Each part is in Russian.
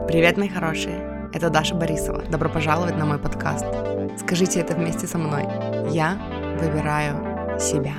Привет, мои хорошие! Это Даша Борисова. Добро пожаловать на мой подкаст. Скажите это вместе со мной. Я выбираю себя.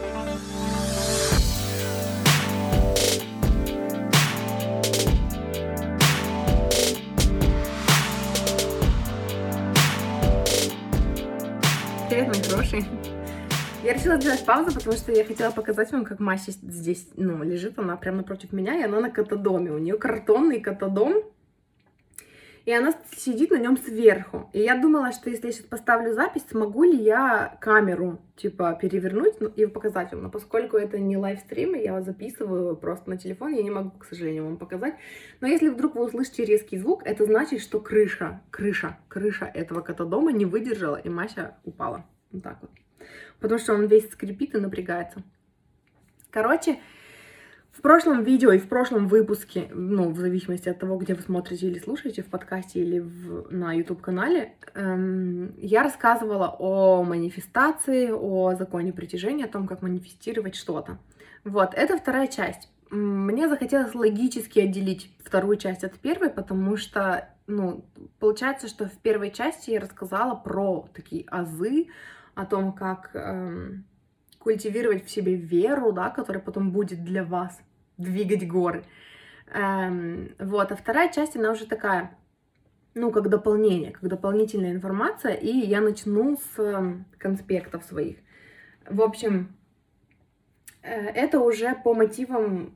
Привет, мои хорошие! Я решила сделать паузу, потому что я хотела показать вам, как Мася здесь, лежит, она прямо напротив меня, и она на катодоме. У нее картонный катодом, и она сидит на нем сверху. И я думала, что если я сейчас поставлю запись, смогу ли я камеру, перевернуть и показать вам. Но поскольку это не лайвстрим, я вас записываю просто на телефон, я не могу, к сожалению, вам показать. Но если вдруг вы услышите резкий звук, это значит, что крыша этого катодома не выдержала, и Мася упала. Вот так вот. Потому что он весь скрипит и напрягается. Короче, в прошлом видео и в прошлом выпуске, в зависимости от того, где вы смотрите или слушаете, в подкасте или на YouTube-канале, я рассказывала о манифестации, о законе притяжения, о том, как манифестировать что-то. Вот, это вторая часть. Мне захотелось логически отделить вторую часть от первой, потому что, получается, что в первой части я рассказала про такие азы, о том, как культивировать в себе веру, да, которая потом будет для вас двигать горы. Вот, а вторая часть, она уже такая, как дополнение, как дополнительная информация, и я начну с конспектов своих. В общем, это уже по мотивам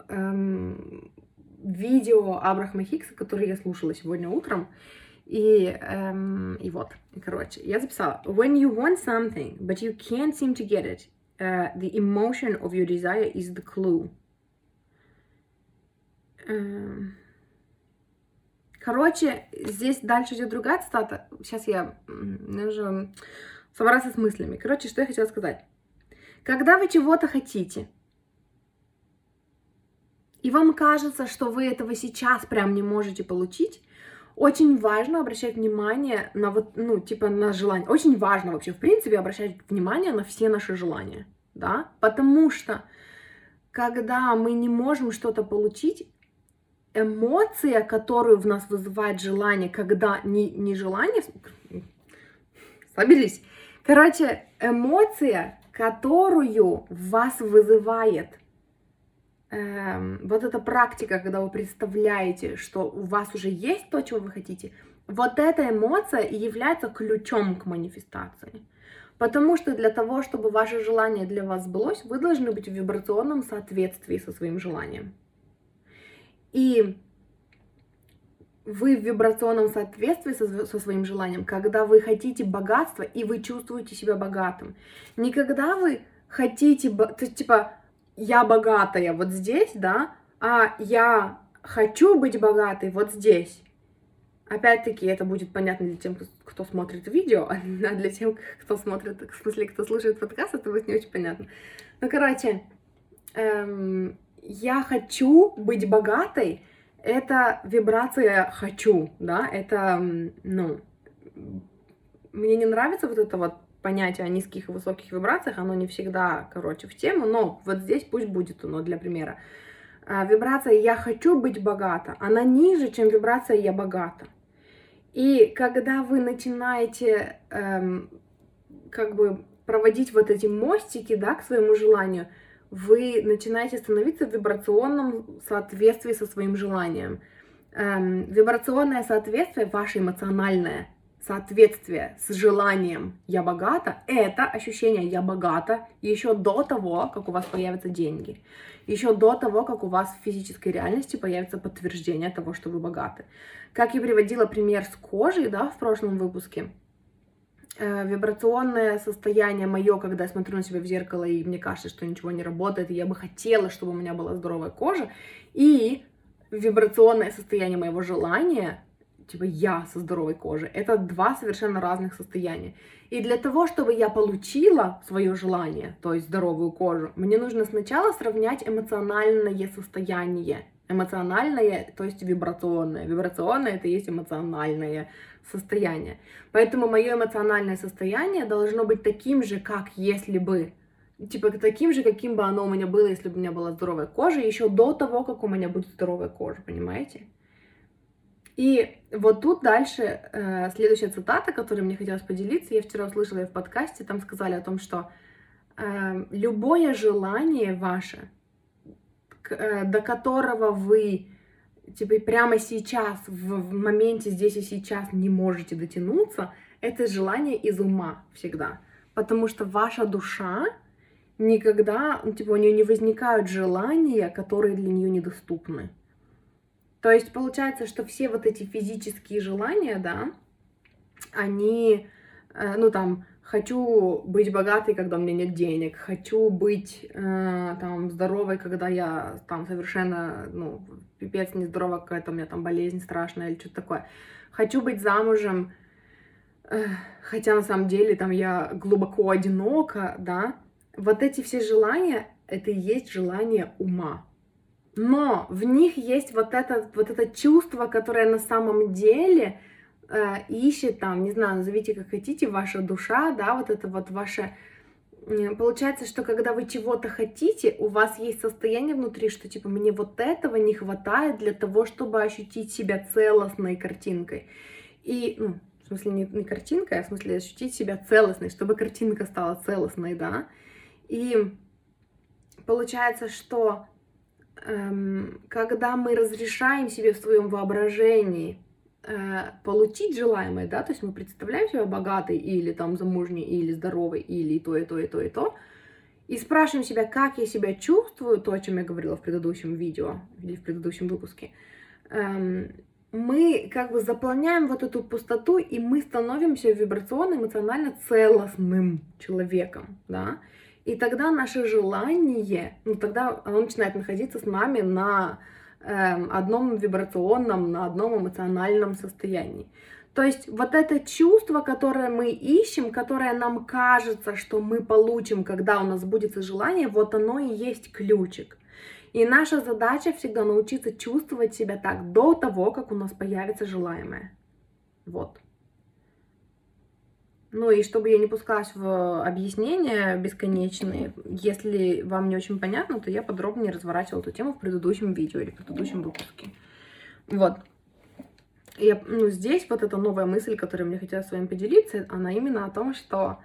видео Абрахама Хикса, которые я слушала сегодня утром. И вот, короче, я записала: When you want something, but you can't seem to get it, the emotion of your desire is the clue. Короче, здесь дальше идет другая цитата. Сейчас я нужно собраться с мыслями. Короче, что я хотела сказать. Когда вы чего-то хотите, и вам кажется, что вы этого сейчас прям не можете получить, очень важно обращать внимание на на желание. Очень важно вообще, в принципе, обращать внимание на все наши желания, да? Потому что, когда мы не можем что-то получить, эмоция, которую в нас вызывает желание, когда не желание... Соберись. Короче, эмоция, которую в вас вызывает вот эта практика, когда вы представляете, что у вас уже есть то, чего вы хотите, вот эта эмоция и является ключом к манифестации. Потому что для того, чтобы ваше желание для вас сбылось, вы должны быть в вибрационном соответствии со своим желанием. И вы в вибрационном соответствии со своим желанием, когда вы хотите богатства, и вы чувствуете себя богатым. Не когда вы хотите, я богатая вот здесь, да, а я хочу быть богатой вот здесь. Опять-таки, это будет понятно для тех, кто смотрит видео, а для тех, кто смотрит, в смысле, кто слушает подкаст, это будет не очень понятно. Короче, я хочу быть богатой, это вибрация «хочу», да, это, мне не нравится вот это вот понятие о низких и высоких вибрациях, оно не всегда, в тему, но вот здесь пусть будет оно для примера. Вибрация «я хочу быть богата», она ниже, чем вибрация «я богата». И когда вы начинаете проводить вот эти мостики, да, к своему желанию, вы начинаете становиться в вибрационном соответствии со своим желанием. Вибрационное соответствие, ваше эмоциональное соответствие с желанием «я богата» — это ощущение «я богата» еще до того, как у вас появятся деньги, еще до того, как у вас в физической реальности появится подтверждение того, что вы богаты. Как я приводила пример с кожей, да, в прошлом выпуске, вибрационное состояние мое, когда я смотрю на себя в зеркало, и мне кажется, что ничего не работает, и я бы хотела, чтобы у меня была здоровая кожа, и вибрационное состояние моего желания, я со здоровой кожей, это два совершенно разных состояния. И для того, чтобы я получила свое желание, то есть здоровую кожу, мне нужно сначала сравнять эмоциональное состояние. Эмоциональное, то есть вибрационное. Вибрационное — это и есть эмоциональное состояние. Поэтому мое эмоциональное состояние должно быть таким же, как если бы таким же, каким бы оно у меня было, если бы у меня была здоровая кожа, еще до того, как у меня будет здоровая кожа, понимаете? И вот тут дальше следующая цитата, которой мне хотелось поделиться. Я вчера услышала ее в подкасте, там сказали о том, что любое желание ваше, до которого вы типа прямо сейчас, в моменте здесь и сейчас не можете дотянуться, это желание из ума всегда. Потому что ваша душа никогда, типа, у нее не возникают желания, которые для нее недоступны. То есть получается, что все вот эти физические желания, да, они, ну там, хочу быть богатой, когда у меня нет денег, хочу быть там здоровой, когда я там совершенно, ну, пипец нездорова, какая-то у меня там болезнь страшная или что-то такое. Хочу быть замужем, хотя на самом деле там я глубоко одинока, да. Вот эти все желания, это и есть желание ума. Но в них есть вот это чувство, которое на самом деле ищет там, не знаю, назовите как хотите, ваша душа, да, вот это вот ваше... Получается, что когда вы чего-то хотите, у вас есть состояние внутри, что типа мне вот этого не хватает для того, чтобы ощутить себя целостной картинкой. И, ну, в смысле не картинкой, а в смысле ощутить себя целостной, чтобы картинка стала целостной, да. И получается, что когда мы разрешаем себе в своем воображении получить желаемое, да, то есть мы представляем себя богатой или там замужней, или здоровой, или и то, и то, и то, и то, и спрашиваем себя, как я себя чувствую, то, о чем я говорила в предыдущем видео или в предыдущем выпуске, мы как бы заполняем вот эту пустоту, и мы становимся вибрационно, эмоционально целостным человеком, да. И тогда наше желание, ну тогда оно начинает находиться с нами на одном вибрационном, на одном эмоциональном состоянии. То есть вот это чувство, которое мы ищем, которое нам кажется, что мы получим, когда у нас сбудется желание, вот оно и есть ключик. И наша задача всегда научиться чувствовать себя так до того, как у нас появится желаемое. Вот. Ну и чтобы я не пускалась в объяснения бесконечные, если вам не очень понятно, то я подробнее разворачивала эту тему в предыдущем видео или в предыдущем выпуске. Вот. И, ну, здесь вот эта новая мысль, которую мне хотелось с вами поделиться, она именно о том, что...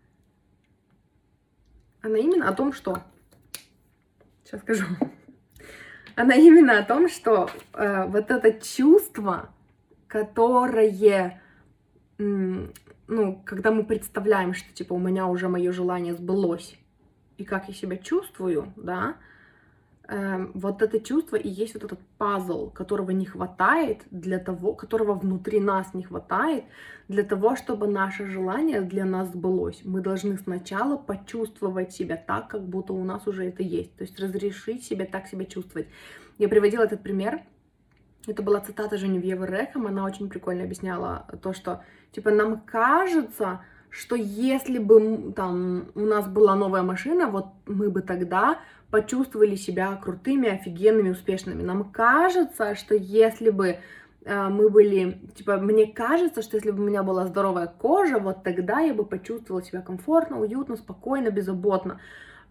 Сейчас скажу. Она именно о том, что вот это чувство, которое... Ну, когда мы представляем, что, типа, у меня уже мое желание сбылось, и как я себя чувствую, да, вот это чувство и есть вот этот пазл, которого не хватает для того, которого внутри нас не хватает для того, чтобы наше желание для нас сбылось. Мы должны сначала почувствовать себя так, как будто у нас уже это есть, то есть разрешить себе так себя чувствовать. Я приводила этот пример. Это была цитата Женевьевы Рэхэм, она очень прикольно объясняла то, что, типа, нам кажется, что если бы там у нас была новая машина, вот мы бы тогда почувствовали себя крутыми, офигенными, успешными. Нам кажется, что если бы мы были, типа, мне кажется, что если бы у меня была здоровая кожа, вот тогда я бы почувствовала себя комфортно, уютно, спокойно, беззаботно.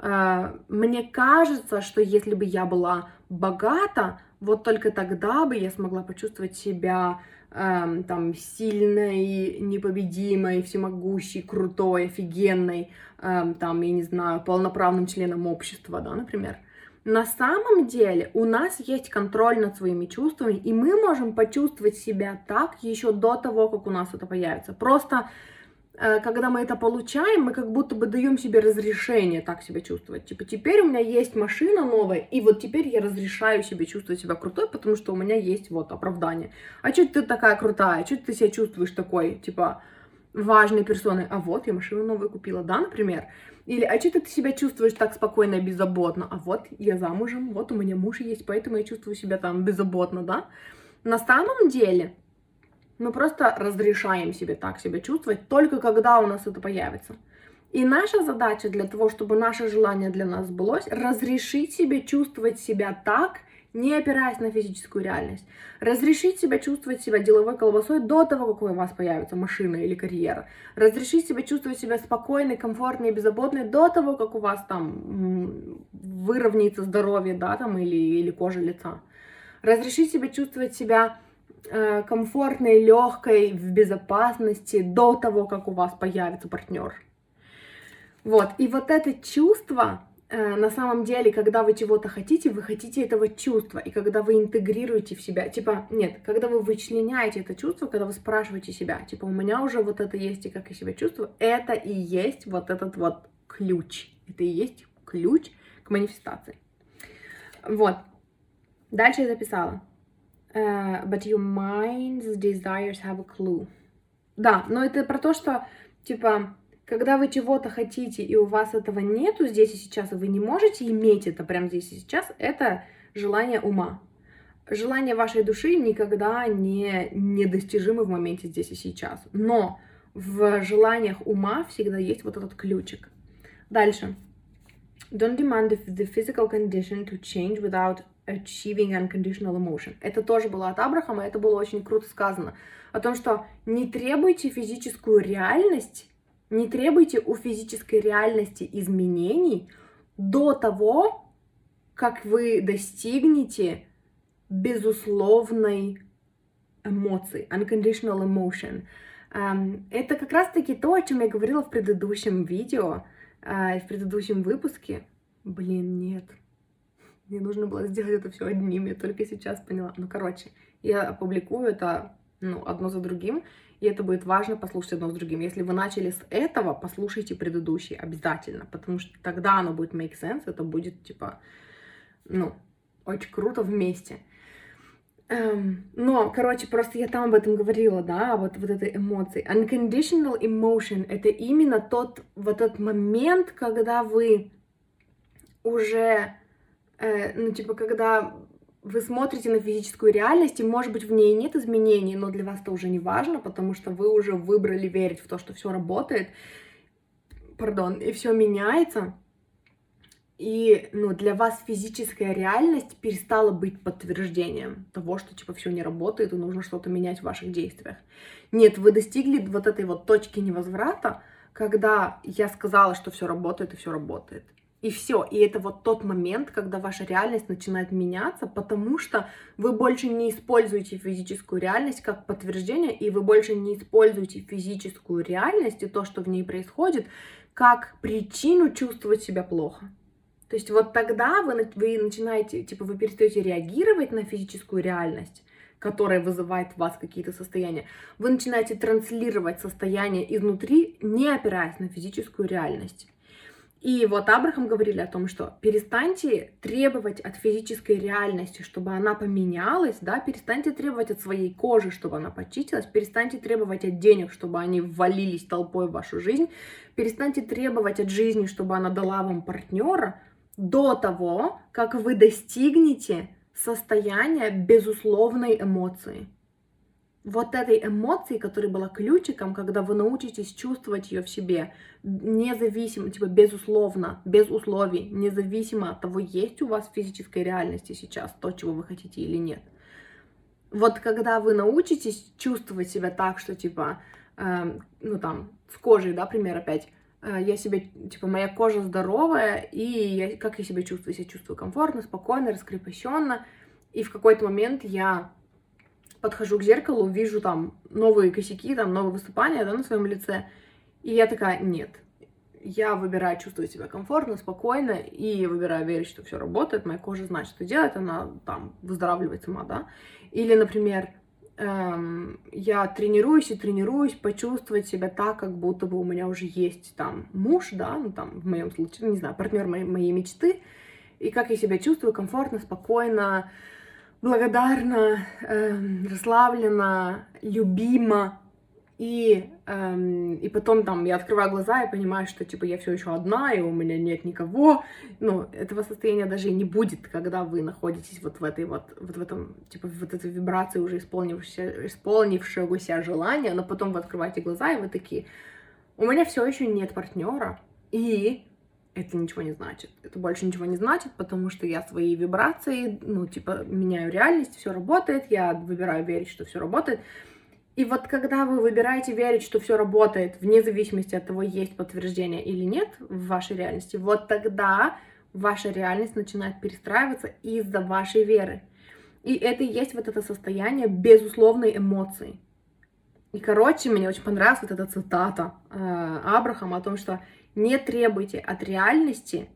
Мне кажется, что если бы я была богата, вот только тогда бы я смогла почувствовать себя там сильной, непобедимой, всемогущей, крутой, офигенной, там, я не знаю, полноправным членом общества, да, например. На самом деле у нас есть контроль над своими чувствами, и мы можем почувствовать себя так еще до того, как у нас это появится. Просто когда мы это получаем, мы как будто бы даем себе разрешение так себя чувствовать. Типа, теперь у меня есть машина новая, и вот теперь я разрешаю себе чувствовать себя крутой, потому что у меня есть вот оправдание. А что ты такая крутая? Что ты себя чувствуешь такой, типа, важной персоной? А вот, я машину новую купила, да, например? Или, а что ты себя чувствуешь так спокойно и беззаботно? А вот, я замужем, вот у меня муж есть, поэтому я чувствую себя там беззаботно, да? На самом деле... Мы просто разрешаем себе так себя чувствовать, только когда у нас это появится. И наша задача для того, чтобы наше желание для нас сбылось, разрешить себе чувствовать себя так, не опираясь на физическую реальность. Разрешить себе чувствовать себя деловой колбасой до того, как у вас появится машина или карьера. Разрешить себе чувствовать себя спокойной, комфортной и беззаботной до того, как у вас там выровняется здоровье, да, там, или кожа лица. Разрешить себе чувствовать себя комфортной, легкой, в безопасности до того, как у вас появится партнер. Вот, и вот это чувство, на самом деле, когда вы чего-то хотите, вы хотите этого чувства, и когда вы интегрируете в себя, типа, нет, когда вы вычленяете это чувство, когда вы спрашиваете себя, типа, у меня уже вот это есть, и как я себя чувствую, это и есть вот этот вот ключ, это и есть ключ к манифестации. Вот, дальше я записала. But your mind's desires have a clue. Да, но это про то, что, типа, когда вы чего-то хотите, и у вас этого нету здесь и сейчас, и вы не можете иметь это прямо здесь и сейчас, это желание ума. Желание вашей души никогда не недостижимо в моменте здесь и сейчас. Но в желаниях ума всегда есть вот этот ключик. Дальше. Don't demand the physical condition to change without achieving unconditional emotion. Это тоже было от Абрахама, это было очень круто сказано. О том, что не требуйте физическую реальность, не требуйте у физической реальности изменений до того, как вы достигнете безусловной эмоции, unconditional emotion. Это как раз-таки то, о чем я говорила в предыдущем видео, в предыдущем выпуске. Блин, нет. Мне нужно было сделать это все одним, я только сейчас поняла. Ну, короче, я опубликую это, одно за другим, и это будет важно послушать одно с другим. Если вы начали с этого, послушайте предыдущий обязательно, потому что тогда оно будет make sense, это будет, типа, очень круто вместе. Но, короче, просто я там об этом говорила, да, вот этой эмоции. Unconditional emotion — это именно тот момент, когда вы уже, когда вы смотрите на физическую реальность, и, может быть, в ней нет изменений, но для вас это уже не важно, потому что вы уже выбрали верить в то, что все работает, и все меняется. И, для вас физическая реальность перестала быть подтверждением того, что, все не работает, и нужно что-то менять в ваших действиях. Нет, вы достигли вот этой вот точки невозврата, когда я сказала, что все работает, и все работает. И все. И это вот тот момент, когда ваша реальность начинает меняться, потому что вы больше не используете физическую реальность как подтверждение, и вы больше не используете физическую реальность и то, что в ней происходит, как причину чувствовать себя плохо. То есть вот тогда вы начинаете, вы перестаете реагировать на физическую реальность, которая вызывает в вас какие-то состояния. Вы начинаете транслировать состояние изнутри, не опираясь на физическую реальность. И вот Абрахам говорили о том, что перестаньте требовать от физической реальности, чтобы она поменялась, да, перестаньте требовать от своей кожи, чтобы она почистилась, перестаньте требовать от денег, чтобы они ввалились толпой в вашу жизнь, перестаньте требовать от жизни, чтобы она дала вам партнера, до того, как вы достигнете состояния безусловной эмоции. Вот этой эмоции, которая была ключиком, когда вы научитесь чувствовать ее в себе, независимо, безусловно, без условий, независимо от того, есть у вас в физической реальности сейчас то, чего вы хотите или нет. Вот когда вы научитесь чувствовать себя так, что с кожей, да, пример опять, я себе, моя кожа здоровая, и как я себя чувствую? Я себя чувствую комфортно, спокойно, раскрепощенно, и в какой-то момент я подхожу к зеркалу, вижу там новые косяки, там новые высыпания, да, на своем лице, и я такая, нет, я выбираю чувствовать себя комфортно, спокойно, и выбираю верить, что все работает, моя кожа знает, что делать, она там выздоравливает сама, да, или, например, я тренируюсь почувствовать себя так, как будто бы у меня уже есть там муж, да, в моем случае, не знаю, партнер моей мечты, и как я себя чувствую комфортно, спокойно, благодарна, расслаблена, любима, и потом я открываю глаза и понимаю, что я все еще одна, и у меня нет никого. Этого состояния даже и не будет, когда вы находитесь вот в этой вибрации уже исполнившегося желания, но потом вы открываете глаза, и вы такие, у меня все еще нет партнера, и это ничего не значит. Это больше ничего не значит, потому что я свои вибрации, меняю реальность, все работает, я выбираю верить, что все работает. И вот когда вы выбираете верить, что все работает, вне зависимости от того, есть подтверждение или нет в вашей реальности, вот тогда ваша реальность начинает перестраиваться из-за вашей веры. И это и есть вот это состояние безусловной эмоции. И, короче, мне очень понравилась вот эта цитата Абрахама о том, что не требуйте от реальности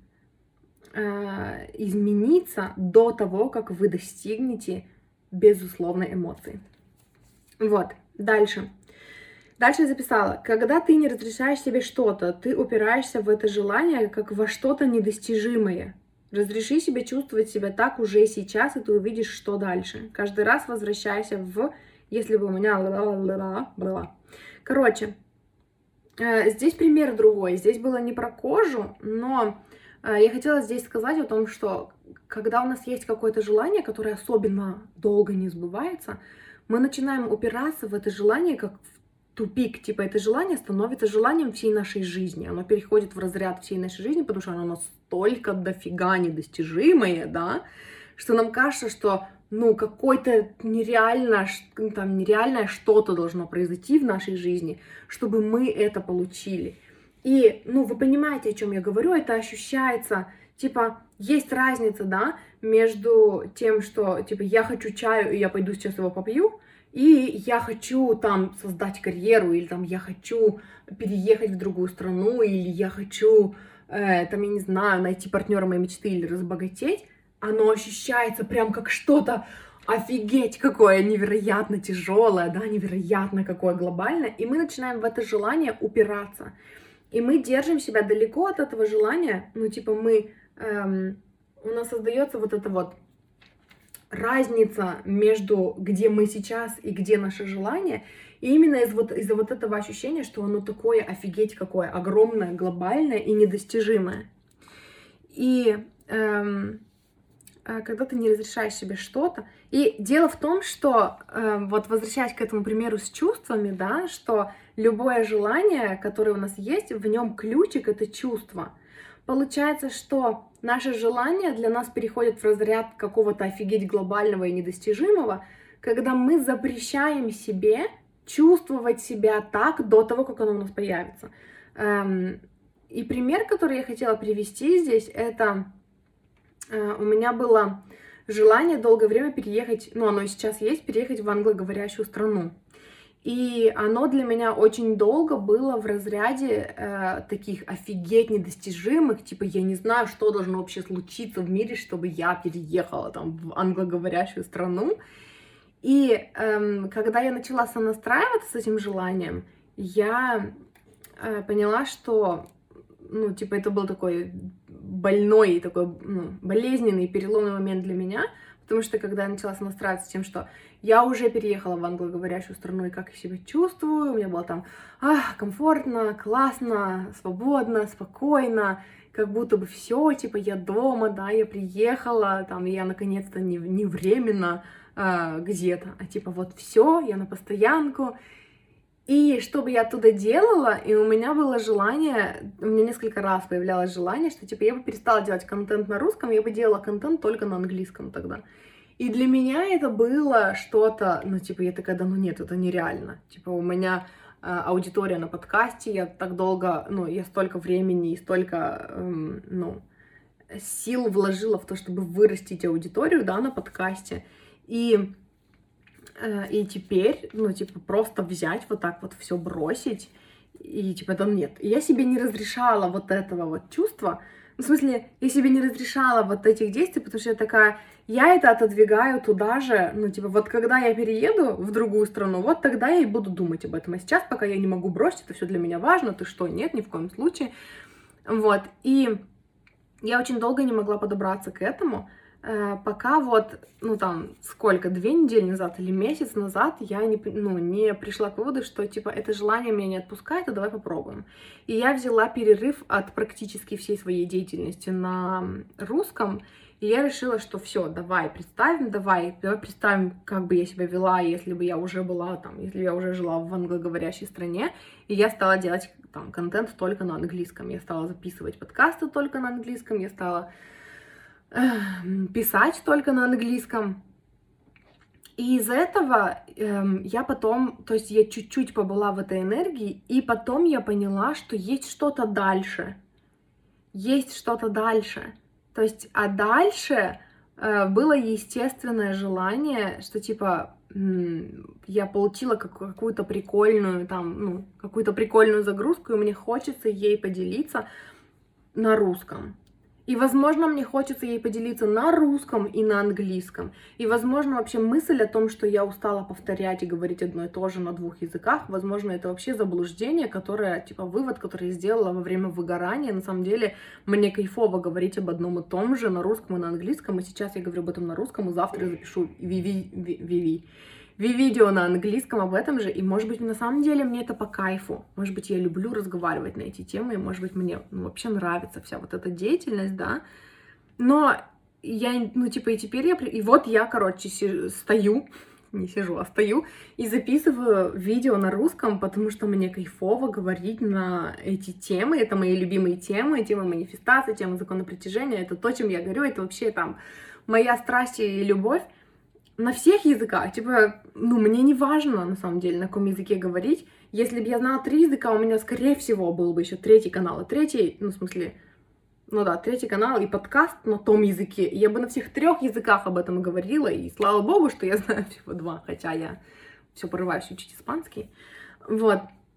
измениться до того, как вы достигнете безусловной эмоции. Вот, дальше. Дальше я записала, когда ты не разрешаешь себе что-то, ты упираешься в это желание как во что-то недостижимое. Разреши себе чувствовать себя так уже сейчас, и ты увидишь, что дальше. Каждый раз возвращайся в... Если бы у меня была. Короче, здесь пример другой. Здесь было не про кожу, но я хотела здесь сказать о том, что когда у нас есть какое-то желание, которое особенно долго не сбывается, мы начинаем упираться в это желание как в тупик. Типа это желание становится желанием всей нашей жизни. Оно переходит в разряд всей нашей жизни, потому что оно настолько дофига недостижимое, да, что нам кажется, что какое-то нереальное что-то должно произойти в нашей жизни, чтобы мы это получили. И, вы понимаете, о чем я говорю, это ощущается, типа, есть разница, да, между тем, что, типа, я хочу чаю, и я пойду сейчас его попью, и я хочу там создать карьеру, или там я хочу переехать в другую страну, или я хочу, я не знаю, найти партнера моей мечты или разбогатеть. Оно ощущается прям как что-то офигеть какое невероятно тяжелое, да, невероятно какое глобальное, и мы начинаем в это желание упираться. И мы держим себя далеко от этого желания, у нас создается вот эта вот разница между где мы сейчас и где наше желание, и именно из-за вот этого ощущения, что оно такое офигеть какое огромное, глобальное и недостижимое. И когда ты не разрешаешь себе что-то. И дело в том, что, вот возвращаясь к этому примеру с чувствами, да, что любое желание, которое у нас есть, в нем ключик — это чувство. Получается, что наше желание для нас переходит в разряд какого-то офигеть глобального и недостижимого, когда мы запрещаем себе чувствовать себя так до того, как оно у нас появится. И пример, который я хотела привести здесь, это... У меня было желание долгое время переехать, оно и сейчас есть, переехать в англоговорящую страну. И оно для меня очень долго было в разряде таких офигеть недостижимых, типа я не знаю, что должно вообще случиться в мире, чтобы я переехала там в англоговорящую страну. И когда я начала сонастраиваться с этим желанием, я поняла, что это был такой больной, такой, болезненный, переломный момент для меня, потому что когда я начала настраиваться с тем, что я уже переехала в англоговорящую страну, и как я себя чувствую, у меня было там комфортно, классно, свободно, спокойно, как будто бы все, я дома, да, я приехала, я наконец-то не временно где-то, вот все, я на постоянку. И что бы я оттуда делала, и у меня было желание, у меня несколько раз появлялось желание, что, я бы перестала делать контент на русском, я бы делала контент только на английском тогда. И для меня это было что-то, я такая, да нет, это нереально. У меня аудитория на подкасте, я так долго, я столько времени и столько, сил вложила в то, чтобы вырастить аудиторию, да, на подкасте. И теперь, просто взять вот так вот все бросить, и да нет. И я себе не разрешала вот этого вот чувства, в смысле, я себе не разрешала вот этих действий, потому что я такая, я это отодвигаю туда же, вот когда я перееду в другую страну, вот тогда я и буду думать об этом. А сейчас, пока я не могу бросить, это все для меня важно, ты что, нет, ни в коем случае. Вот, и я очень долго не могла подобраться к этому, пока 2 недели назад или месяц назад я не пришла к выводу, что, это желание меня не отпускает, а давай попробуем. И я взяла перерыв от практически всей своей деятельности на русском, и я решила, что все, давай представим, как бы я себя вела, если бы я уже была если я уже жила в англоговорящей стране, и я стала делать контент только на английском, я стала записывать подкасты только на английском, я стала писать только на английском. И из-за этого я потом, то есть я чуть-чуть побыла в этой энергии, и потом я поняла, что есть что-то дальше. Есть что-то дальше. То есть, а дальше было естественное желание, что типа я получила какую-то прикольную там, ну, какую-то прикольную загрузку, и мне хочется ей поделиться на русском. И, возможно, мне хочется ей поделиться на русском и на английском. И, возможно, вообще мысль о том, что я устала повторять и говорить одно и то же на 2 языках, возможно, это вообще заблуждение, которое, типа, вывод, который я сделала во время выгорания. На самом деле, мне кайфово говорить об одном и том же на русском и на английском. И сейчас я говорю об этом на русском, и завтра я запишу видео на английском об этом же, и, может быть, на самом деле мне это по кайфу, может быть, я люблю разговаривать на эти темы, и, может быть, мне вообще нравится вся вот эта деятельность, да, но я, ну, типа, и теперь я, короче, стою, не сижу, а стою и записываю видео на русском, потому что мне кайфово говорить на эти темы, это мои любимые темы, темы манифестации, темы закона притяжения, это то, чем я говорю, это вообще там моя страсть и любовь. На всех языках, типа, ну, мне не важно, на самом деле, на каком языке говорить. Если бы я знала 3 языка, у меня, скорее всего, был бы еще 3-й канал. И 3-й, ну, в смысле, ну да, 3-й канал и подкаст на том языке. Я бы на всех 3 языках об этом говорила, и слава богу, что я знаю всего 2, хотя я все порываюсь учить испанский. Вот.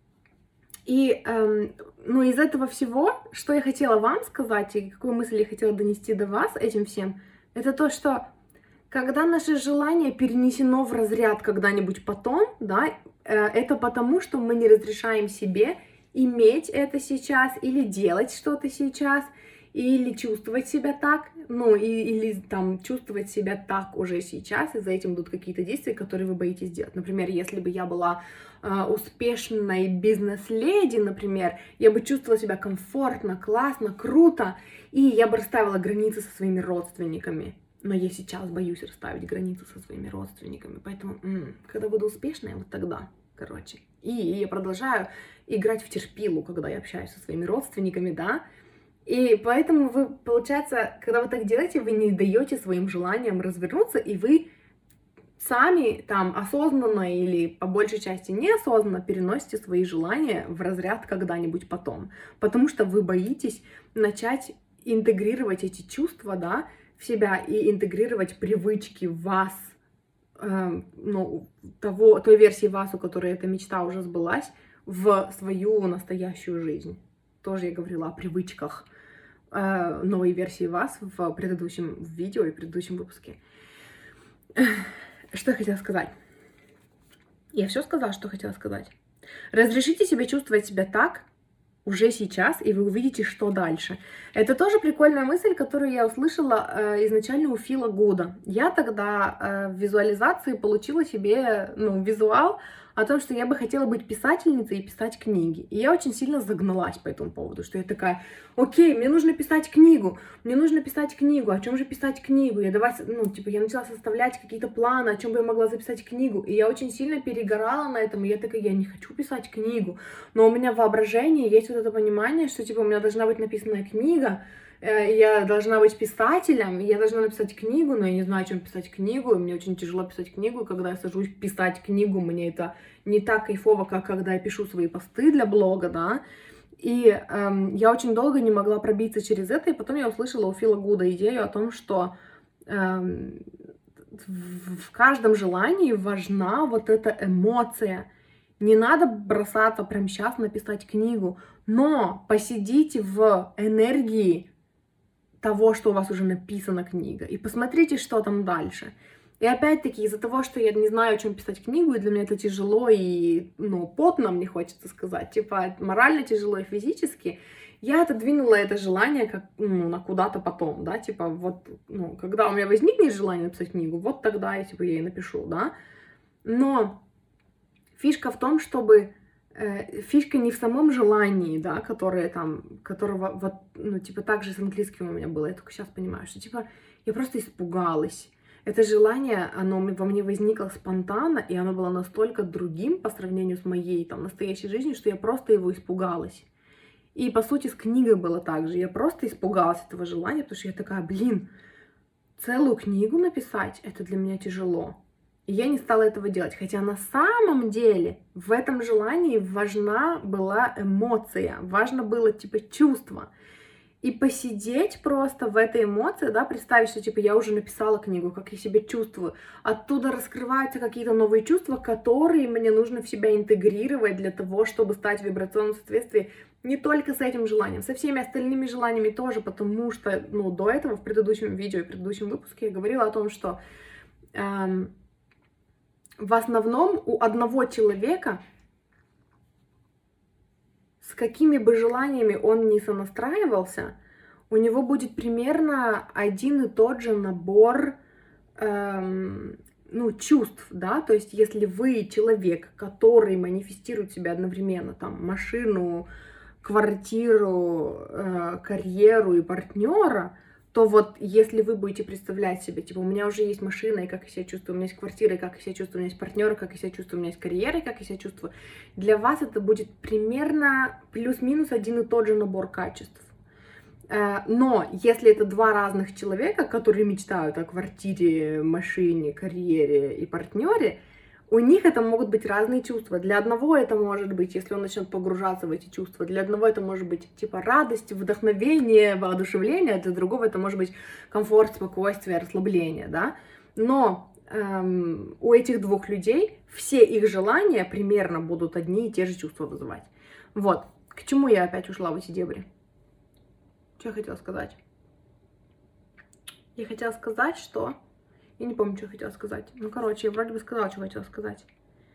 И, ну, из этого всего, что я хотела вам сказать, и какую мысль я хотела донести до вас этим всем, это то, что когда наше желание перенесено в разряд когда-нибудь потом, да, это потому, что мы не разрешаем себе иметь это сейчас, или делать что-то сейчас, или чувствовать себя так, ну, или там чувствовать себя так уже сейчас, и за этим идут какие-то действия, которые вы боитесь делать. Например, если бы я была успешной бизнес-леди, например, я бы чувствовала себя комфортно, классно, круто, и я бы расставила границы со своими родственниками. Но я сейчас боюсь расставить границы со своими родственниками, поэтому, когда буду успешной, вот тогда, короче. И я продолжаю играть в терпилу, когда я общаюсь со своими родственниками, да. И поэтому вы, получается, когда вы так делаете, вы не даете своим желаниям развернуться, и вы сами там осознанно или по большей части неосознанно переносите свои желания в разряд когда-нибудь потом. Потому что вы боитесь начать интегрировать эти чувства, да, в себя и интегрировать привычки в вас, ну, той версии вас, у которой эта мечта уже сбылась, в свою настоящую жизнь. Тоже я говорила о привычках новой версии вас в предыдущем видео и предыдущем выпуске. Что я хотела сказать? Я все сказала, что хотела сказать. Разрешите себе чувствовать себя так, уже сейчас, и вы увидите, что дальше. Это тоже прикольная мысль, которую я услышала изначально у Фила Гуда. Я тогда в визуализации получила себе, ну, визуал о том, что я бы хотела быть писательницей и писать книги. И я очень сильно загналась по этому поводу, что я такая, окей, мне нужно писать книгу, о чем же писать книгу? Я начала составлять какие-то планы, о чем бы я могла записать книгу. И я очень сильно перегорала на этом, и я такая, я не хочу писать книгу, но у меня в воображении есть вот это понимание, что, типа, у меня должна быть написанная книга, я должна быть писателем, я должна написать книгу, но я не знаю, о чем писать книгу, и мне очень тяжело писать книгу, и когда я сажусь писать книгу, мне это не так кайфово, как когда я пишу свои посты для блога, да, и я очень долго не могла пробиться через это, и потом я услышала у Фила Гуда идею о том, что в каждом желании важна вот эта эмоция. Не надо бросаться прямо сейчас написать книгу, но посидите в энергии того, что у вас уже написана книга, и посмотрите, что там дальше. И опять-таки из-за того, что я не знаю, о чем писать книгу, и для меня это тяжело и, ну, потно, мне хочется сказать, типа, морально тяжело и физически, я отодвинула это желание как, ну, на куда-то потом, да, типа, вот, ну, когда у меня возникнет желание написать книгу, вот тогда я, типа, ей напишу, да. Но фишка в том, чтобы фишка не в самом желании, да, которого вот, ну, типа, так же с английским у меня было, я только сейчас понимаю, что, типа, я просто испугалась. Это желание, оно во мне возникло спонтанно, и оно было настолько другим по сравнению с моей, там, настоящей жизнью, что я просто его испугалась. И, по сути, с книгой было так же, я просто испугалась этого желания, потому что я такая, блин, целую книгу написать, это для меня тяжело. И я не стала этого делать, хотя на самом деле в этом желании важна была эмоция, важно было, типа, чувство. и посидеть просто в этой эмоции, да, представить, что, типа, я уже написала книгу, как я себя чувствую. Оттуда раскрываются какие-то новые чувства, которые мне нужно в себя интегрировать для того, чтобы стать в вибрационном соответствии не только с этим желанием, со всеми остальными желаниями тоже, потому что, ну, до этого в предыдущем видео и предыдущем выпуске я говорила о том, что в основном у одного человека, с какими бы желаниями он ни сонастраивался, у него будет примерно один и тот же набор ну, чувств, да, то есть если вы человек, который манифестирует себя одновременно, там, машину, квартиру, карьеру и партнера, то вот если вы будете представлять себе, типа, у меня уже есть машина, и как я себя чувствую, у меня есть квартира, и как я себя чувствую, у меня есть партнер, и как я себя чувствую, у меня есть карьера, и как я себя чувствую, для вас это будет примерно плюс-минус один и тот же набор качеств. Но если это два разных человека, которые мечтают о квартире, машине, карьере и партнере, у них это могут быть разные чувства. Для одного это может быть, если он начнет погружаться в эти чувства, для одного это может быть типа радость, вдохновение, воодушевление, а для другого это может быть комфорт, спокойствие, расслабление, да. Но у этих двух людей все их желания примерно будут одни и те же чувства вызывать. Вот, к чему я опять ушла в эти дебри? Что я хотела сказать? Я хотела сказать, что... Я не помню, что я хотела сказать. Ну, короче, я вроде бы сказала, что хотела сказать.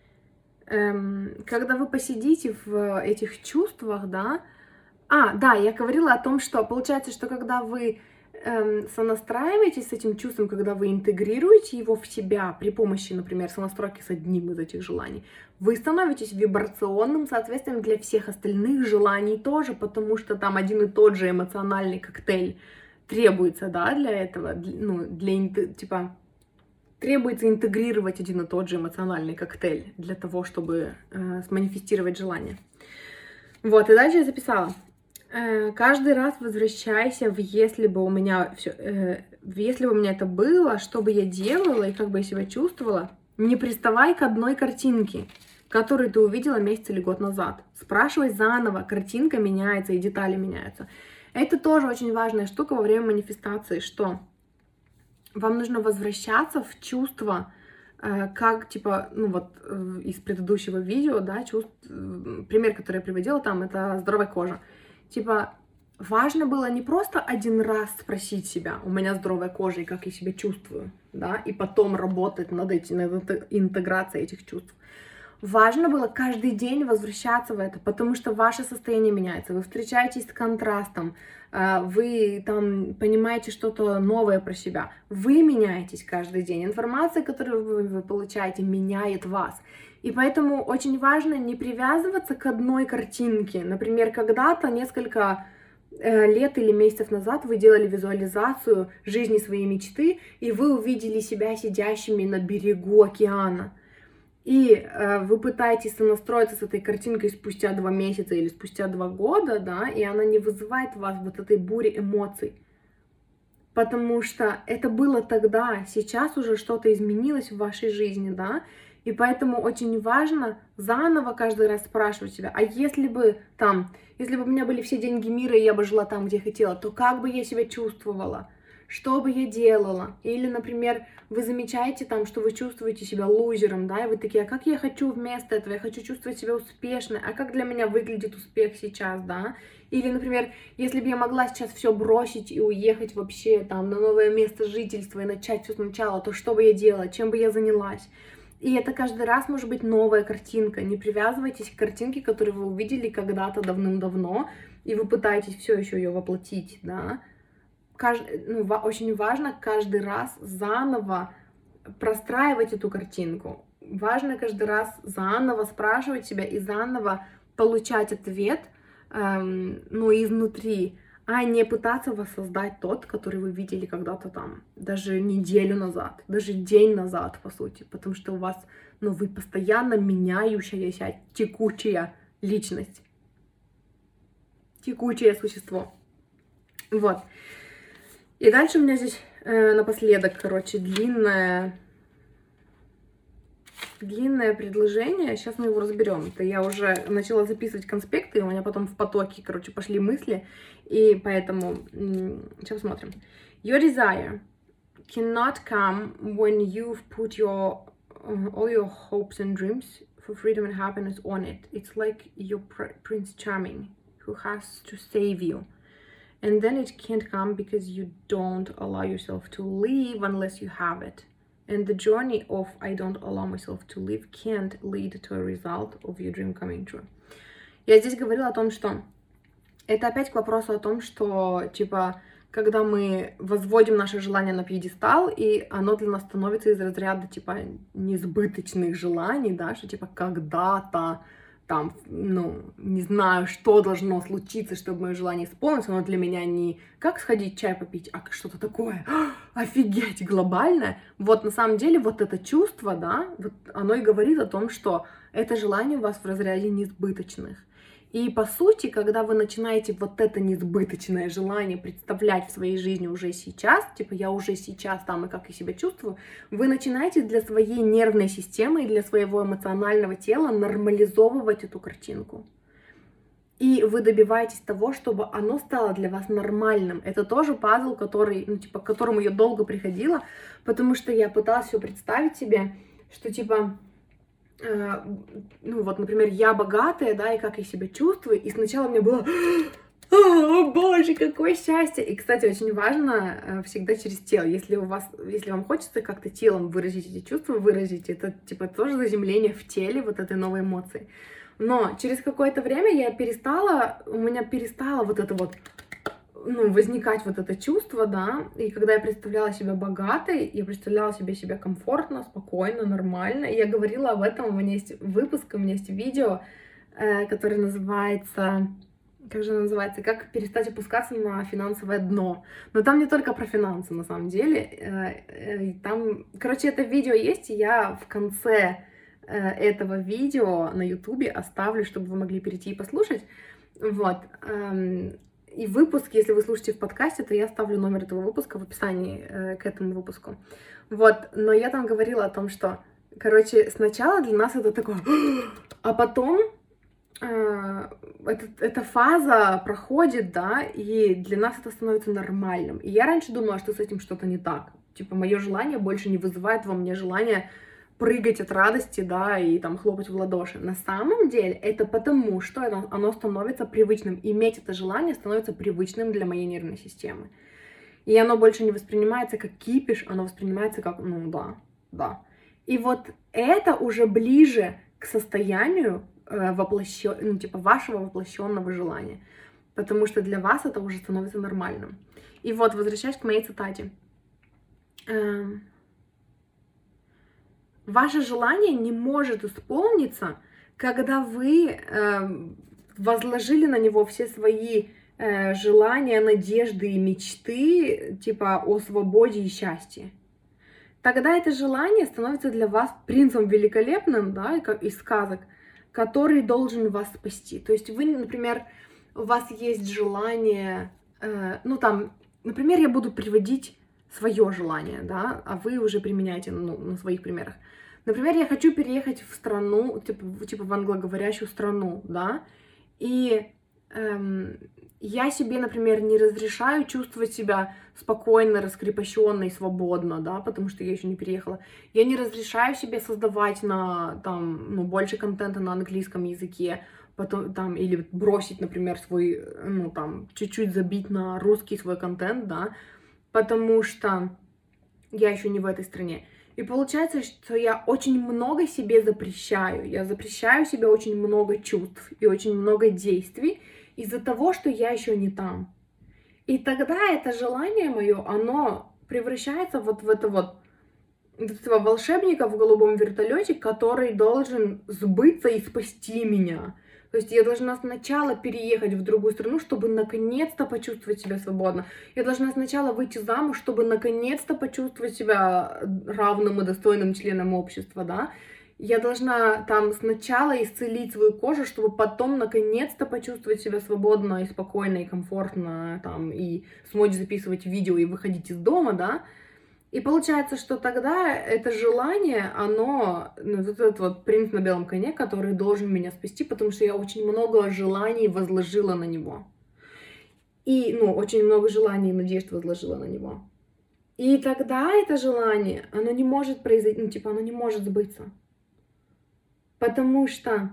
Когда вы посидите в этих чувствах, да... Да, я говорила о том, что получается, что когда вы сонастраиваетесь с этим чувством, когда вы интегрируете его в себя при помощи, например, сонастройки с одним из этих желаний, вы становитесь вибрационным соответствием для всех остальных желаний тоже, потому что там один и тот же эмоциональный коктейль требуется, да, для этого, ну, типа, требуется интегрировать один и тот же эмоциональный коктейль для того, чтобы сманифестировать желание. Вот, и дальше я записала. Каждый раз возвращайся в если бы у меня если бы у меня это было, что бы я делала и как бы я себя чувствовала, не приставай к одной картинке, которую ты увидела месяц или год назад. Спрашивай заново, картинка меняется и детали меняются. Это тоже очень важная штука во время манифестации, что вам нужно возвращаться в чувство, как, типа, ну вот из предыдущего видео, да, пример, который я приводила там, это здоровая кожа. Типа, важно было не просто один раз спросить себя, у меня здоровая кожа и как я себя чувствую, да, и потом работать над интеграцией этих чувств. Важно было каждый день возвращаться в это, потому что ваше состояние меняется, вы встречаетесь с контрастом, вы там понимаете что-то новое про себя, вы меняетесь каждый день, информация, которую вы получаете, меняет вас. И поэтому очень важно не привязываться к одной картинке. Например, когда-то, несколько лет или месяцев назад вы делали визуализацию жизни своей мечты, и вы увидели себя сидящими на берегу океана. И вы пытаетесь сонастроиться с этой картинкой спустя 2 месяца или спустя 2 года, да, и она не вызывает в вас вот этой бури эмоций. Потому что это было тогда, сейчас уже что-то изменилось в вашей жизни, да, и поэтому очень важно заново каждый раз спрашивать себя, а если бы у меня были все деньги мира, и я бы жила там, где я хотела, то как бы я себя чувствовала? Что бы я делала? Или, например, вы замечаете там, что вы чувствуете себя лузером, да, и вы такие, а как я хочу вместо этого? Я хочу чувствовать себя успешной, а как для меня выглядит успех сейчас, да? Или, например, если бы я могла сейчас все бросить и уехать вообще там на новое место жительства и начать все сначала, то что бы я делала, чем бы я занялась? И это каждый раз может быть новая картинка. Не привязывайтесь к картинке, которую вы увидели когда-то давным-давно, и вы пытаетесь все еще ее воплотить, да? Очень важно каждый раз заново простраивать эту картинку. Важно каждый раз заново спрашивать себя и заново получать ответ, изнутри, а не пытаться воссоздать тот, который вы видели когда-то там, даже неделю назад, даже день назад, по сути, потому что у вас, вы постоянно меняющаяся, текучая личность, текучее существо. Вот. И дальше у меня здесь напоследок, длинная длинное предложение, сейчас мы его разберем. Это я уже начала записывать конспекты, и у меня потом в потоке, короче, пошли мысли, и поэтому сейчас посмотрим. Your desire cannot come when you've put all your hopes and dreams for freedom and happiness on it. It's like your Prince Charming who has to save you. And then it can't come because you don't allow yourself to live unless you have it. And the journey of I don't allow myself to live can't lead to a result of your dream coming true. Я здесь говорила о том, что это опять к вопросу о том, что, типа, когда мы возводим наше желание на пьедестал, и оно для нас становится из разряда, типа, несбыточных желаний, да, что, типа, когда-то там, ну, не знаю, что должно случиться, чтобы мое желание исполнилось, оно для меня не как сходить чай попить, а как что-то такое, офигеть, глобальное. Вот на самом деле вот это чувство, да, вот оно и говорит о том, что это желание у вас в разряде несбыточных. И по сути, когда вы начинаете вот это несбыточное желание представлять в своей жизни уже сейчас, типа я уже сейчас там и как я себя чувствую, вы начинаете для своей нервной системы и для своего эмоционального тела нормализовывать эту картинку. И вы добиваетесь того, чтобы оно стало для вас нормальным. Это тоже пазл, который, ну, типа, к которому я долго приходила, потому что я пыталась все представить себе, что типа... ну вот, например, я богатая, да, и как я себя чувствую, и сначала мне было, о боже, какое счастье, и, кстати, очень важно всегда через тело, если вам хочется как-то телом выразить эти чувства, выразить, это, типа, тоже заземление в теле вот этой новой эмоции, но через какое-то время у меня перестало вот это вот, ну, возникать вот это чувство, да, и когда я представляла себя богатой, я представляла себе себя комфортно, спокойно, нормально, и я говорила об этом, у меня есть выпуск, у меня есть видео, которое называется, как же оно называется, «Как перестать опускаться на финансовое дно», но там не только про финансы, на самом деле, там, короче, это видео есть, и я в конце этого видео на ютубе оставлю, чтобы вы могли перейти и послушать, вот, и выпуск, если вы слушаете в подкасте, то я оставлю номер этого выпуска в описании к этому выпуску. Вот, но я там говорила о том, что, короче, сначала для нас это такое, а потом эта фаза проходит, да, и для нас это становится нормальным. И я раньше думала, что с этим что-то не так. Типа, мое желание больше не вызывает во мне желание прыгать от радости, да, и там хлопать в ладоши. На самом деле это потому, что оно становится привычным. Иметь это желание становится привычным для моей нервной системы. И оно больше не воспринимается как кипиш, оно воспринимается как, ну да. И вот это уже ближе к состоянию вашего воплощенного желания. Потому что для вас это уже становится нормальным. И вот, возвращаясь к моей цитате. Ваше желание не может исполниться, когда вы возложили на него все свои желания, надежды и мечты, типа о свободе и счастье. Тогда это желание становится для вас принцем великолепным, да, из сказок, который должен вас спасти. То есть вы, например, у вас есть желание, например, я буду приводить свое желание, да, а вы уже применяете, на своих примерах. Например, я хочу переехать в страну, типа в англоговорящую страну, да, и я себе, например, не разрешаю чувствовать себя спокойно, раскрепощенно и свободно, да, потому что я еще не переехала. Я не разрешаю себе создавать больше контента на английском языке, потом, или бросить, например, свой, чуть-чуть забить на русский свой контент, да, потому что я еще не в этой стране. И получается, что я очень много себе запрещаю. Я запрещаю себе очень много чувств и очень много действий из-за того, что я еще не там. И тогда это желание мое, оно превращается вот в этого волшебника в голубом вертолете, который должен сбыться и спасти меня. То есть я должна сначала переехать в другую страну, чтобы наконец-то почувствовать себя свободно. Я должна сначала выйти замуж, чтобы наконец-то почувствовать себя равным и достойным членом общества, да. Я должна там сначала исцелить свою кожу, чтобы потом наконец-то почувствовать себя свободно и спокойно и комфортно, там, и смочь записывать видео и выходить из дома, да. И получается, что тогда это желание, оно, ну, вот этот вот принц на белом коне, который должен меня спасти, потому что я очень много желаний возложила на него. И, ну, очень много желаний и надежд возложила на него. И тогда это желание, оно не может произойти, ну, типа, оно не может сбыться. Потому что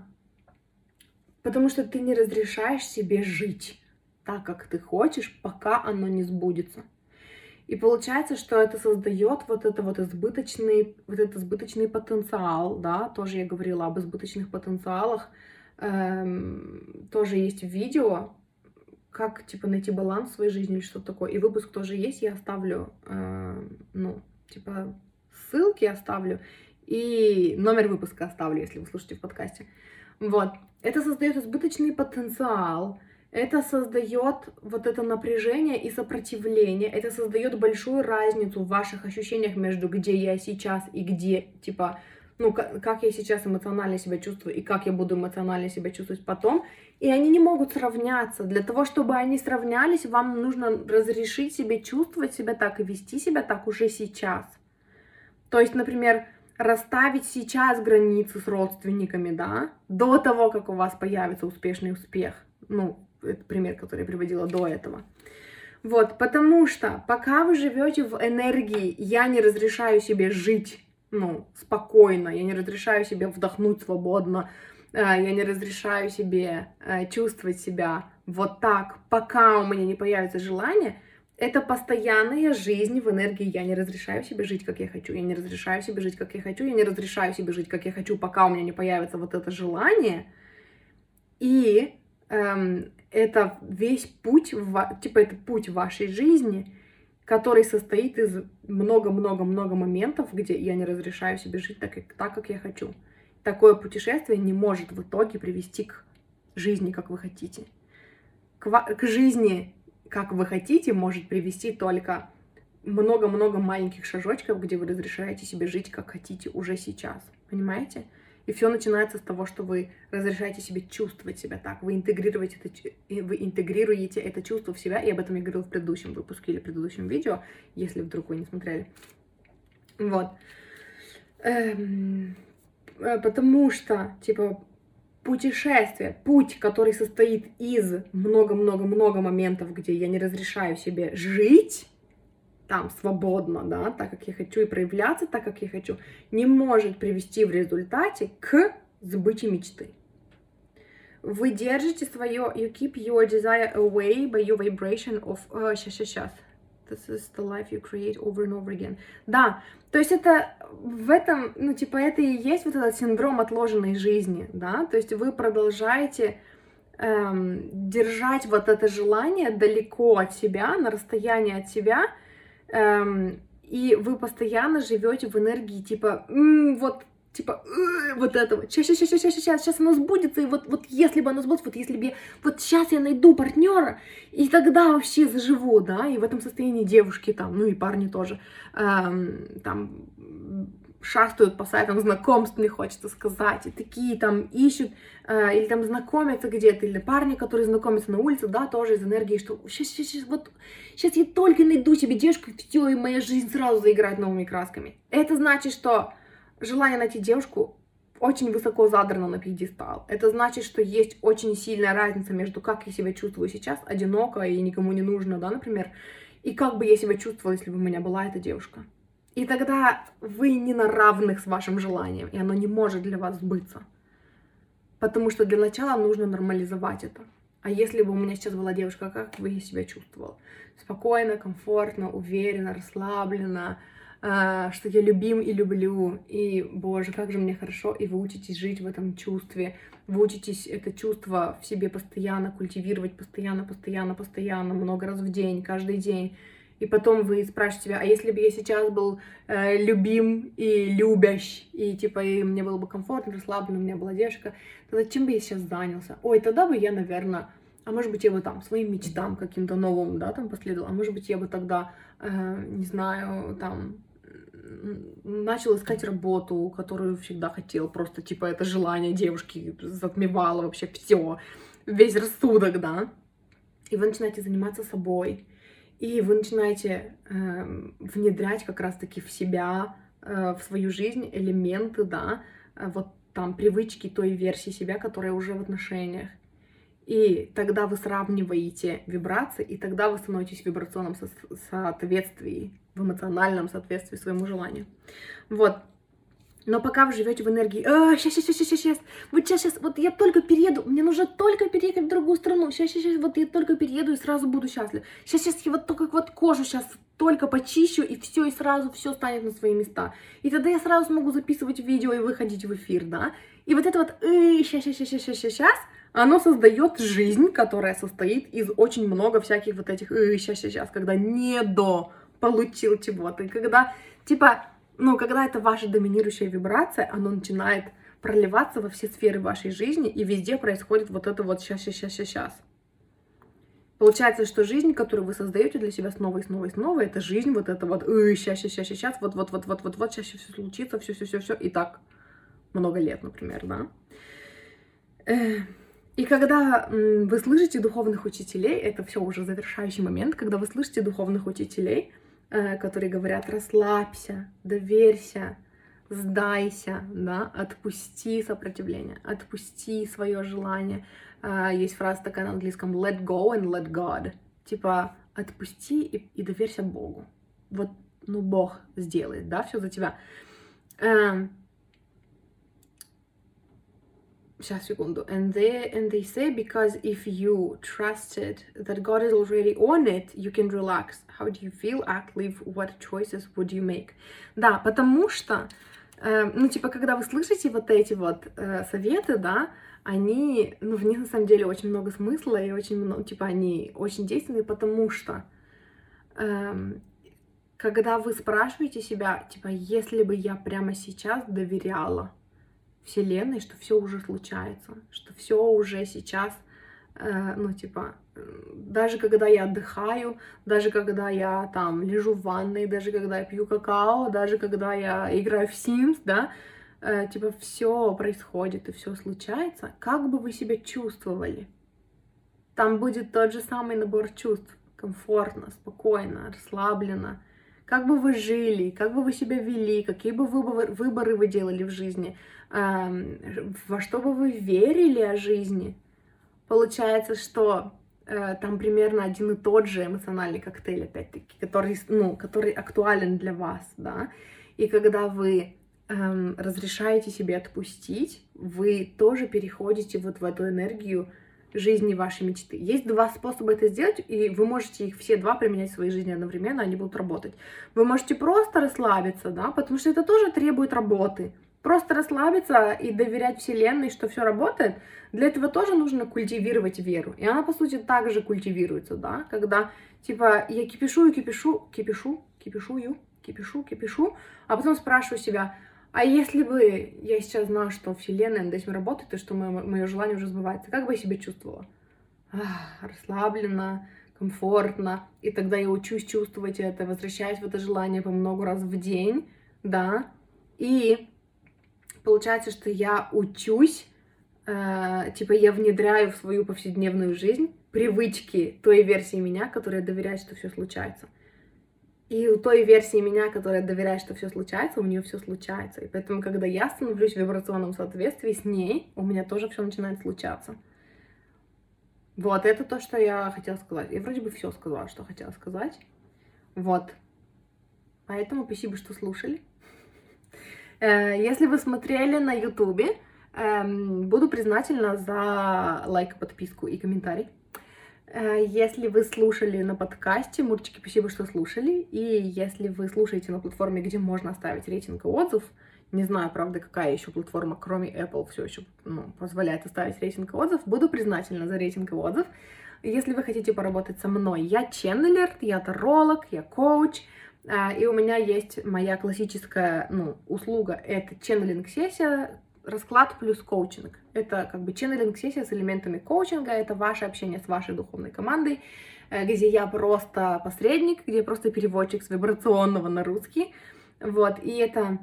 ты не разрешаешь себе жить так, как ты хочешь, пока оно не сбудется. И получается, что это создает вот этот избыточный потенциал, да, тоже я говорила об избыточных потенциалах, тоже есть видео, как, типа, найти баланс в своей жизни или что-то такое, и выпуск тоже есть, я оставлю, ну, типа, ссылки оставлю, и номер выпуска оставлю, если вы слушаете в подкасте. Вот, это создает избыточный потенциал, это создает вот это напряжение и сопротивление, это создает большую разницу в ваших ощущениях между где я сейчас и где, типа, ну, как я сейчас эмоционально себя чувствую и как я буду эмоционально себя чувствовать потом, и они не могут сравняться. Для того, чтобы они сравнялись, вам нужно разрешить себе чувствовать себя так и вести себя так уже сейчас. То есть, например, расставить сейчас границы с родственниками, да, до того, как у вас появится успешный успех. Ну, это пример, который я приводила до этого. Вот, потому что пока вы живете в энергии «я не разрешаю себе жить», ну, спокойно, я не разрешаю себе вдохнуть свободно, я не разрешаю себе чувствовать себя вот так, пока у меня не появится желание, это постоянная жизнь в энергии «я не разрешаю себе жить, как я хочу», я не разрешаю себе жить, как я хочу, я не разрешаю себе жить, как я хочу, пока у меня не появится вот это желание. И это весь путь, типа, это путь в вашей жизни, который состоит из много-много-много моментов, где я не разрешаю себе жить так, как я хочу. Такое путешествие не может в итоге привести к жизни, как вы хотите. К жизни, как вы хотите, может привести только много-много маленьких шажочков, где вы разрешаете себе жить, как хотите уже сейчас. Понимаете? И все начинается с того, что вы разрешаете себе чувствовать себя так. Вы интегрируете это чувство в себя. И об этом я говорила в предыдущем выпуске или в предыдущем видео, если вдруг вы не смотрели. Вот. Потому что, типа, путешествие, путь, который состоит из много-много-много моментов, где я не разрешаю себе жить там свободно, да, так, как я хочу, и проявляться так, как я хочу, не может привести в результате к сбытию мечты. Вы держите свое, you keep your desire away by your vibration of, сейчас. This is the life you create over and over again. Да, то есть это в этом, ну, типа, это и есть вот этот синдром отложенной жизни, да, то есть вы продолжаете держать вот это желание далеко от себя, на расстоянии от себя, и вы постоянно живете в энергии, типа, вот этого, сейчас оно сбудется, и вот если бы оно сбудется, вот если бы вот сейчас я найду партнера, и тогда вообще заживу, да, и в этом состоянии девушки там, ну и парни тоже, там, шастают по сайтам знакомств, мне хочется сказать, и такие там ищут, или там знакомятся где-то, или парни, которые знакомятся на улице, да, тоже из энергии, что сейчас я только найду себе девушку, и все, и моя жизнь сразу заиграет новыми красками. Это значит, что желание найти девушку очень высоко задрано на пьедестал. Это значит, что есть очень сильная разница между как я себя чувствую сейчас, одиноко и никому не нужно, да, например, и как бы я себя чувствовала, если бы у меня была эта девушка. И тогда вы не на равных с вашим желанием, и оно не может для вас сбыться. Потому что для начала нужно нормализовать это. А если бы у меня сейчас была девушка, как бы я себя чувствовала? Спокойно, комфортно, уверенно, расслабленно, что я любим и люблю, и, боже, как же мне хорошо, и вы учитесь жить в этом чувстве, вы учитесь это чувство в себе постоянно культивировать, постоянно, много раз в день, каждый день, и потом вы спрашиваете себя, а если бы я сейчас был любим и любящ, и, типа, и мне было бы комфортно, расслабленно, у меня была девушка, тогда чем бы я сейчас занялся? Ой, тогда бы я, наверное, а может быть, я бы там своим мечтам каким-то новым, да, там последовала, а может быть, я бы тогда, не знаю, там, начал искать работу, которую всегда хотел, просто, типа, это желание девушки затмевало вообще все, весь рассудок, да, и вы начинаете заниматься собой, и вы начинаете внедрять как раз-таки в себя, в свою жизнь элементы, да, вот там привычки той версии себя, которая уже в отношениях. И тогда вы сравниваете вибрации, и тогда вы становитесь в вибрационном соответствии, в эмоциональном соответствии своему желанию. Вот. Но пока вы живете в энергии, сейчас, вот я только перееду, мне нужно только переехать в другую страну, сейчас, вот я только перееду и сразу буду счастлив. Сейчас я вот только вот кожу сейчас только почищу, и все, и сразу все станет на свои места. И тогда я сразу смогу записывать видео и выходить в эфир, да. И вот это вот сейчас, оно создает жизнь, которая состоит из очень много всяких вот этих сейчас, когда получил чего-то, и когда, типа, когда это ваша доминирующая вибрация, оно начинает проливаться во все сферы вашей жизни, и везде происходит вот это вот сейчас. Получается, что жизнь, которую вы создаете для себя снова и снова и снова, это жизнь вот это вот сейчас, вот, сейчас все случится, все, и так много лет, например, да. И когда вы слышите духовных учителей, это все уже завершающий момент, когда вы слышите духовных учителей, которые говорят: расслабься, доверься, сдайся, да, отпусти сопротивление, отпусти свое желание. Есть фраза такая на английском: let go and let God. Типа отпусти и доверься Богу. Вот, Бог сделает, да, все за тебя. Сейчас, секунду. And they say, because if you trusted that God is already on it, you can relax. How do you feel, act, live? What choices would you make? Да, потому что, когда вы слышите вот эти вот советы, да, они, в них на самом деле очень много смысла и очень много, они очень действенные, потому что, когда вы спрашиваете себя, если бы я прямо сейчас доверяла Вселенной, что все уже случается, что все уже сейчас, даже когда я отдыхаю, даже когда я там лежу в ванной, даже когда я пью какао, даже когда я играю в Sims, да, все происходит и все случается, как бы вы себя чувствовали? Там будет тот же самый набор чувств: комфортно, спокойно, расслабленно. Как бы вы жили, как бы вы себя вели, какие бы выборы вы делали в жизни, во что бы вы верили о жизни. Получается, что там примерно один и тот же эмоциональный коктейль, опять-таки, который актуален для вас, да. И когда вы разрешаете себе отпустить, вы тоже переходите вот в эту энергию жизни вашей мечты. Есть два способа это сделать, и вы можете их все два применять в своей жизни одновременно, они будут работать. Вы можете просто расслабиться, да, потому что это тоже требует работы. Просто расслабиться и доверять Вселенной, что все работает. Для этого тоже нужно культивировать веру. И она, по сути, также культивируется, да, когда, я кипишу, а потом спрашиваю себя: а если бы я сейчас знала, что Вселенная над этим работает, и что мое желание уже сбывается, как бы я себя чувствовала? Расслабленно, комфортно. И тогда я учусь чувствовать это, возвращаюсь в это желание по много раз в день, да. И получается, что я учусь, я внедряю в свою повседневную жизнь привычки той версии меня, которая доверяет, что все случается. И у той версии меня, которая доверяет, что все случается, у нее все случается. И поэтому, когда я становлюсь в вибрационном соответствии с ней, у меня тоже все начинает случаться. Вот, это то, что я хотела сказать. Я вроде бы все сказала, что хотела сказать. Вот. Поэтому спасибо, что слушали. Если вы смотрели на Ютубе, буду признательна за лайк, подписку и комментарий. Если вы слушали на подкасте, мурчики, спасибо, что слушали. И если вы слушаете на платформе, где можно оставить рейтинг и отзыв, не знаю, правда, какая еще платформа, кроме Apple, все еще позволяет оставить рейтинг и отзыв, буду признательна за рейтинг и отзыв. Если вы хотите поработать со мной, я ченнелер, я таролог, я коуч, и у меня есть моя классическая услуга, это ченнелинг-сессия, расклад плюс коучинг. Это ченнелинг-сессия с элементами коучинга, это ваше общение с вашей духовной командой, где я просто посредник, где я просто переводчик с вибрационного на русский. Вот, и это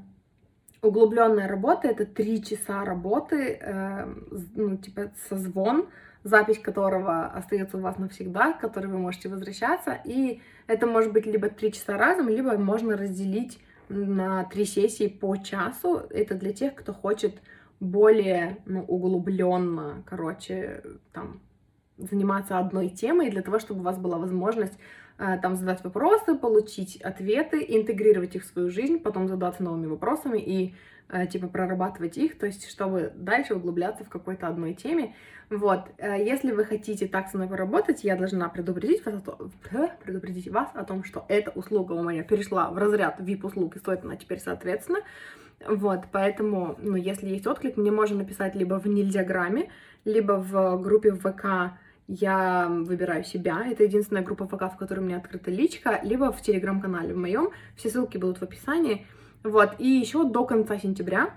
углубленная работа, это 3 часа работы, созвон запись которого остается у вас навсегда, к которой вы можете возвращаться. И это может быть либо 3 часа разом, либо можно разделить на 3 сессии по часу. Это для тех, кто хочет более углубленно, там, заниматься одной темой, для того, чтобы у вас была возможность там задать вопросы, получить ответы, интегрировать их в свою жизнь, потом задаться новыми вопросами и типа прорабатывать их, то есть чтобы дальше углубляться в какой-то одной теме. Вот, если вы хотите так со мной поработать, я должна предупредить вас о том, что эта услуга у меня перешла в разряд VIP-услуг, и стоит она теперь соответственно. Вот, поэтому, если есть отклик, мне можно написать либо в Нельзяграме, либо в группе в ВК «Я выбираю себя». Это единственная группа ВК, в которой у меня открыта личка, либо в Телеграм-канале в моем. Все ссылки будут в описании. Вот, и еще до конца сентября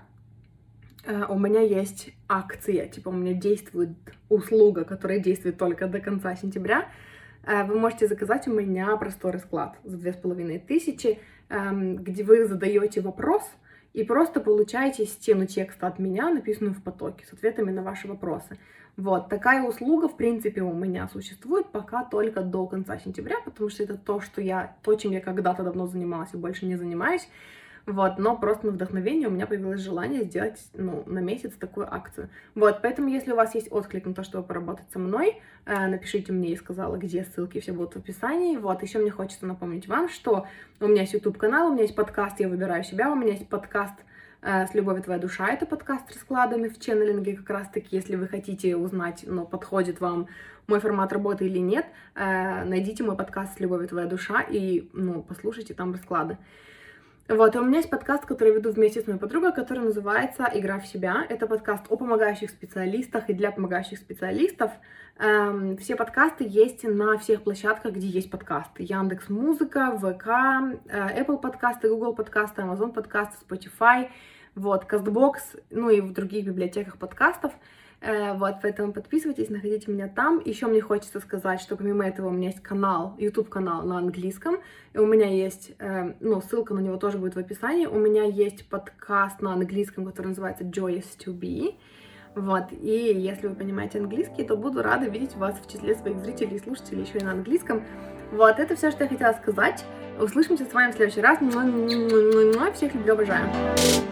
у меня есть акция, типа у меня действует услуга, которая действует только до конца сентября. Вы можете заказать у меня простой расклад за 2500, где вы задаете вопрос и просто получаете стену текста от меня, написанную в потоке, с ответами на ваши вопросы. Вот, такая услуга, в принципе, у меня существует пока только до конца сентября, потому что это то, чем я когда-то давно занималась и больше не занимаюсь. Вот, но просто на вдохновение у меня появилось желание сделать, на месяц такую акцию. Вот, поэтому, если у вас есть отклик на то, чтобы поработать со мной, напишите мне, я сказала, где ссылки, все будут в описании. Вот, еще мне хочется напомнить вам, что у меня есть YouTube-канал, у меня есть подкаст «Я выбираю себя», у меня есть подкаст «С любовью твоя душа», это подкаст с раскладами в ченнелинге, как раз-таки, если вы хотите узнать, подходит вам мой формат работы или нет, найдите мой подкаст «С любовью твоя душа» и, послушайте там расклады. Вот, и у меня есть подкаст, который я веду вместе с моей подругой, который называется «Игра в себя». Это подкаст о помогающих специалистах и для помогающих специалистов. Все подкасты есть на всех площадках, где есть подкасты. Яндекс.Музыка, ВК, Apple подкасты, Google подкасты, Amazon подкасты, Spotify, вот, Castbox, и в других библиотеках подкастов. Вот, поэтому подписывайтесь, находите меня там. Еще мне хочется сказать, что помимо этого у меня есть канал, YouTube-канал на английском, и у меня есть, ссылка на него тоже будет в описании, у меня есть подкаст на английском, который называется Joyous to Be. Вот, и если вы понимаете английский, то буду рада видеть вас в числе своих зрителей и слушателей еще и на английском. Вот, это все, что я хотела сказать. Услышимся с вами в следующий раз. Всех люблю, обожаю.